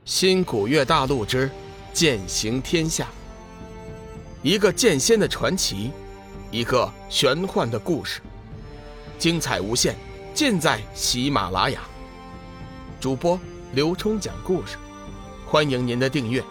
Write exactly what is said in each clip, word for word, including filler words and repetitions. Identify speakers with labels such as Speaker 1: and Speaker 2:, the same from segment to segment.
Speaker 1: 新古月大陆之剑行天下，一个剑仙的传奇，一个玄幻的故事，精彩无限，尽在喜马拉雅。主播刘冲讲故事，欢迎您的订阅。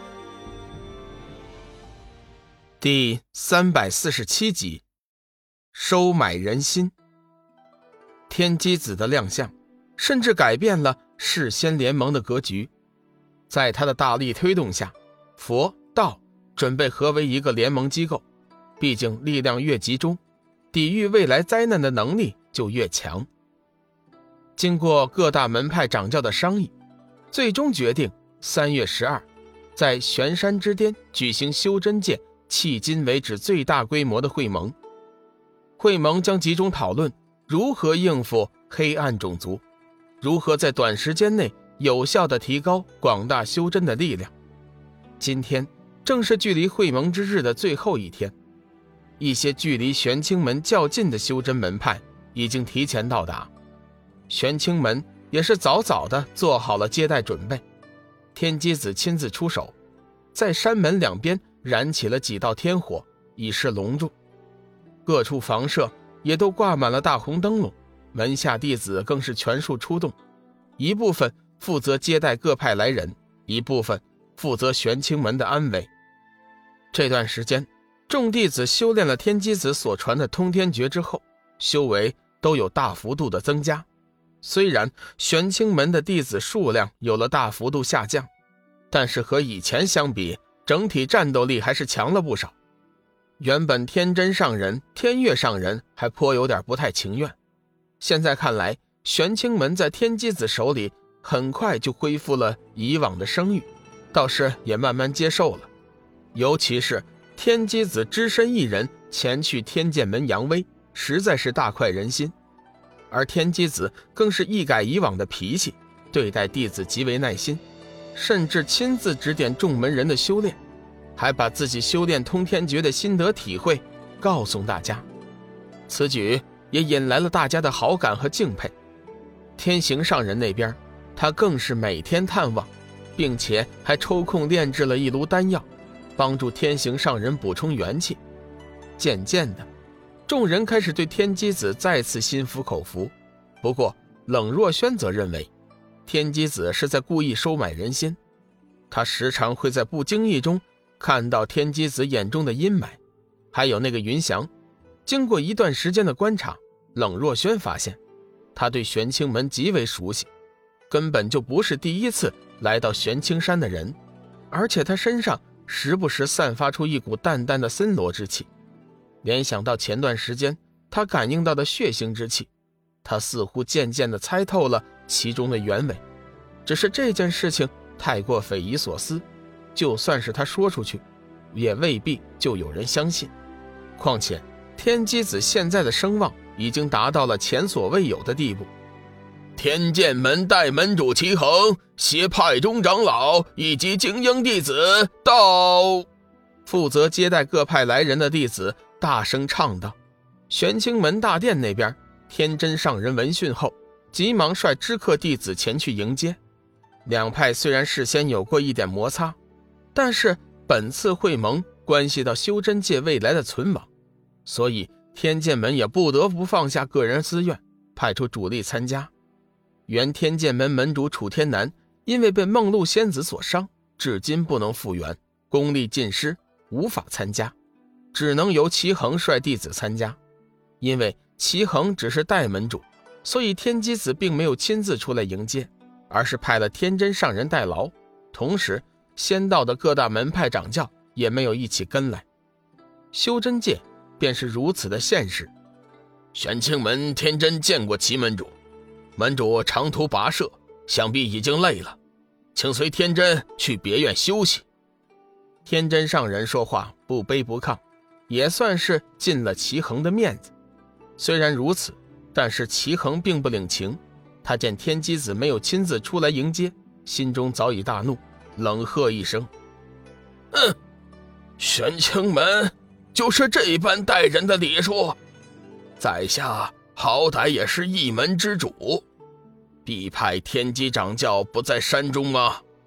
Speaker 1: 第三百四十七集，收买人心。天机子的亮相，甚至改变了世仙联盟的格局。在他的大力推动下，佛道准备合为一个联盟机构，毕竟力量越集中，抵御未来灾难的能力就越强。经过各大门派掌教的商议，最终决定三月十二在玄山之巅举行修真界迄今为止最大规模的会盟。会盟将集中讨论如何应付黑暗种族，如何在短时间内有效地提高广大修真的力量。今天正是距离会盟之日的最后一天，一些距离玄清门较近的修真门派已经提前到达，玄清门也是早早地做好了接待准备。天机子亲自出手，在山门两边燃起了几道天火，以示隆重。各处房舍也都挂满了大红灯笼，门下弟子更是全数出动，一部分负责接待各派来人，一部分负责玄清门的安危。这段时间，众弟子修炼了天机子所传的通天诀之后，修为都有大幅度的增加。虽然玄清门的弟子数量有了大幅度下降，但是和以前相比，整体战斗力还是强了不少。原本天真上人、天月上人还颇有点不太情愿，现在看来，玄清门在天机子手里很快就恢复了以往的声誉，倒是也慢慢接受了。尤其是天机子只身一人前去天剑门扬威，实在是大快人心。而天机子更是一改以往的脾气，对待弟子极为耐心，甚至亲自指点众门人的修炼，还把自己修炼通天诀的心得体会告诉大家。此举也引来了大家的好感和敬佩。天行上人那边，他更是每天探望，并且还抽空炼制了一炉丹药，帮助天行上人补充元气。渐渐的，众人开始对天机子再次心服口服。不过冷若轩则认为，天机子是在故意收买人心。他时常会在不经意中看到天机子眼中的阴霾。还有那个云翔，经过一段时间的观察，冷若轩发现他对玄清门极为熟悉，根本就不是第一次来到玄清山的人，而且他身上时不时散发出一股淡淡的森罗之气。联想到前段时间他感应到的血腥之气，他似乎渐渐地猜透了其中的原委。只是这件事情太过匪夷所思，就算是他说出去，也未必就有人相信。况且天机子现在的声望已经达到了前所未有的地步。天剑门代门主齐恒携派中长老以及精英弟子到。负责接待各派来人的弟子大声唱道。玄清门大殿那边，天真上人闻讯后急忙率知客弟子前去迎接。两派虽然事先有过一点摩擦，但是本次会盟关系到修真界未来的存亡，所以天剑门也不得不放下个人私怨，派出主力参加。原天剑门门主楚天南因为被梦露仙子所伤，至今不能复原，功力尽失，无法参加，只能由齐恒率弟子参加。因为齐恒只是代门主，所以天机子并没有亲自出来迎接，而是派了天真上人代劳，同时仙道的各大门派掌教也没有一起跟来。修真界便是如此的现实。玄清门天真见过齐门主，门主长途跋涉，想必已经累了，请随天真去别院休息。天真上人说话不卑不亢，也算是尽了齐恒的面子。虽然如此，但是齐恒并不领情。他见天机子没有亲自出来迎接，心中早已大怒，冷喝一声：嗯，玄清门就是这般待人的礼数？在下好歹也是一门之主，必派天机掌教不在山中吗？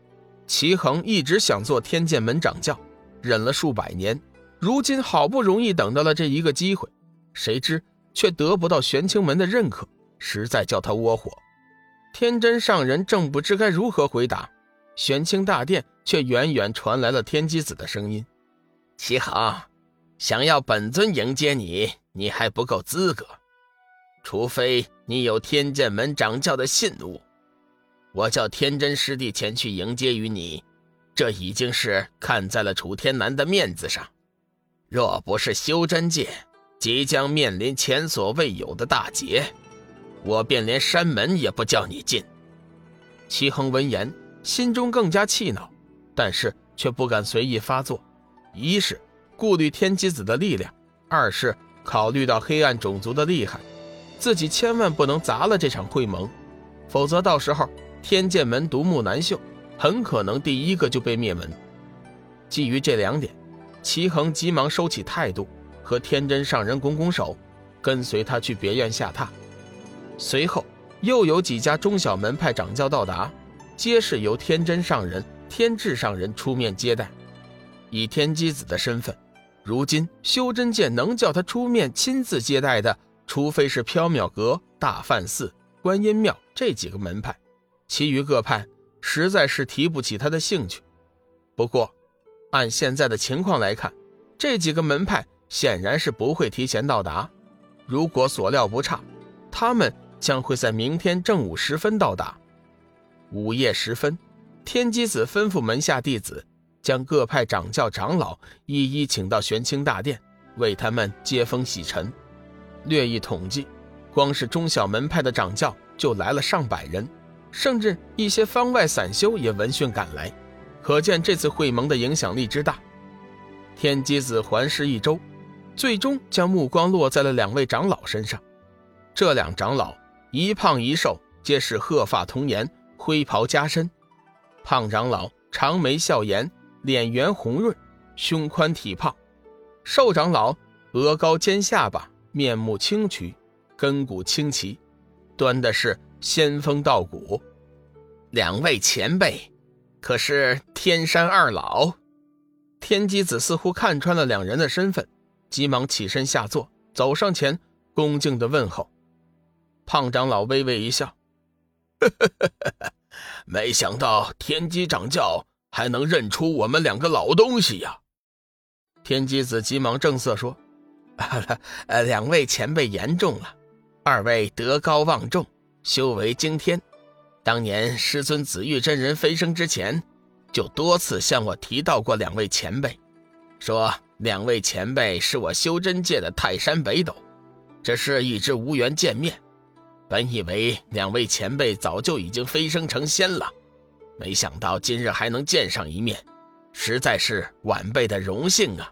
Speaker 1: 齐衡一直想做天剑门掌教，忍了数百年，如今好不容易等到了这一个机会，谁知却得不到玄清门的认可，实在叫他窝火。天真上人正不知该如何回答，玄清大殿却远远传来了天机子的声音：齐衡，想要本尊迎接你，你还不够资格，除非你有天剑门掌教的信物。我叫天真师弟前去迎接于你，这已经是看在了楚天南的面子上。若不是修真界即将面临前所未有的大劫，我便连山门也不叫你进。齐衡闻言，心中更加气恼，但是却不敢随意发作。一是顾虑天机子的力量，二是考虑到黑暗种族的厉害，自己千万不能砸了这场会盟，否则到时候天剑门独木难秀，很可能第一个就被灭门。基于这两点，齐衡急忙收起态度，和天真上人拱拱手，跟随他去别院下榻。随后又有几家中小门派掌教到达，皆是由天真上人、天智上人出面接待。以天机子的身份，如今修真界能叫他出面亲自接待的，除非是缥缈阁、大梵寺、观音庙这几个门派，其余各派实在是提不起他的兴趣。不过按现在的情况来看，这几个门派显然是不会提前到达，如果所料不差，他们将会在明天正午时分到达。午夜时分，天机子吩咐门下弟子将各派掌教长老一一请到玄清大殿，为他们接风洗尘。略一统计，光是中小门派的掌教就来了上百人，甚至一些方外散修也闻讯赶来，可见这次会盟的影响力之大。天机子环视一周，最终将目光落在了两位长老身上。这两长老一胖一瘦，皆是鹤发童颜，灰袍加身。胖长老长眉笑颜，脸圆红润，胸宽体胖；瘦长老额高尖下巴，面目清癯，根骨清奇，端的是仙风道骨。两位前辈，可是天山二老？天机子似乎看穿了两人的身份，急忙起身下坐，走上前恭敬地问候。胖长老微微一笑，呵呵呵呵，没想到天机掌教还能认出我们两个老东西呀。天机子急忙正色说，呃，两位前辈言重了，二位德高望重，修为惊天，当年师尊紫玉真人飞升之前，就多次向我提到过两位前辈，说两位前辈是我修真界的泰山北斗，只是一直无缘见面。本以为两位前辈早就已经飞升成仙了，没想到今日还能见上一面，实在是晚辈的荣幸啊。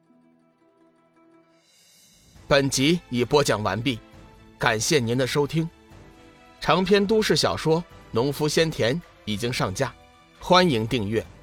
Speaker 1: 本集已播讲完毕，感谢您的收听。长篇都市小说《农夫先田》已经上架，欢迎订阅。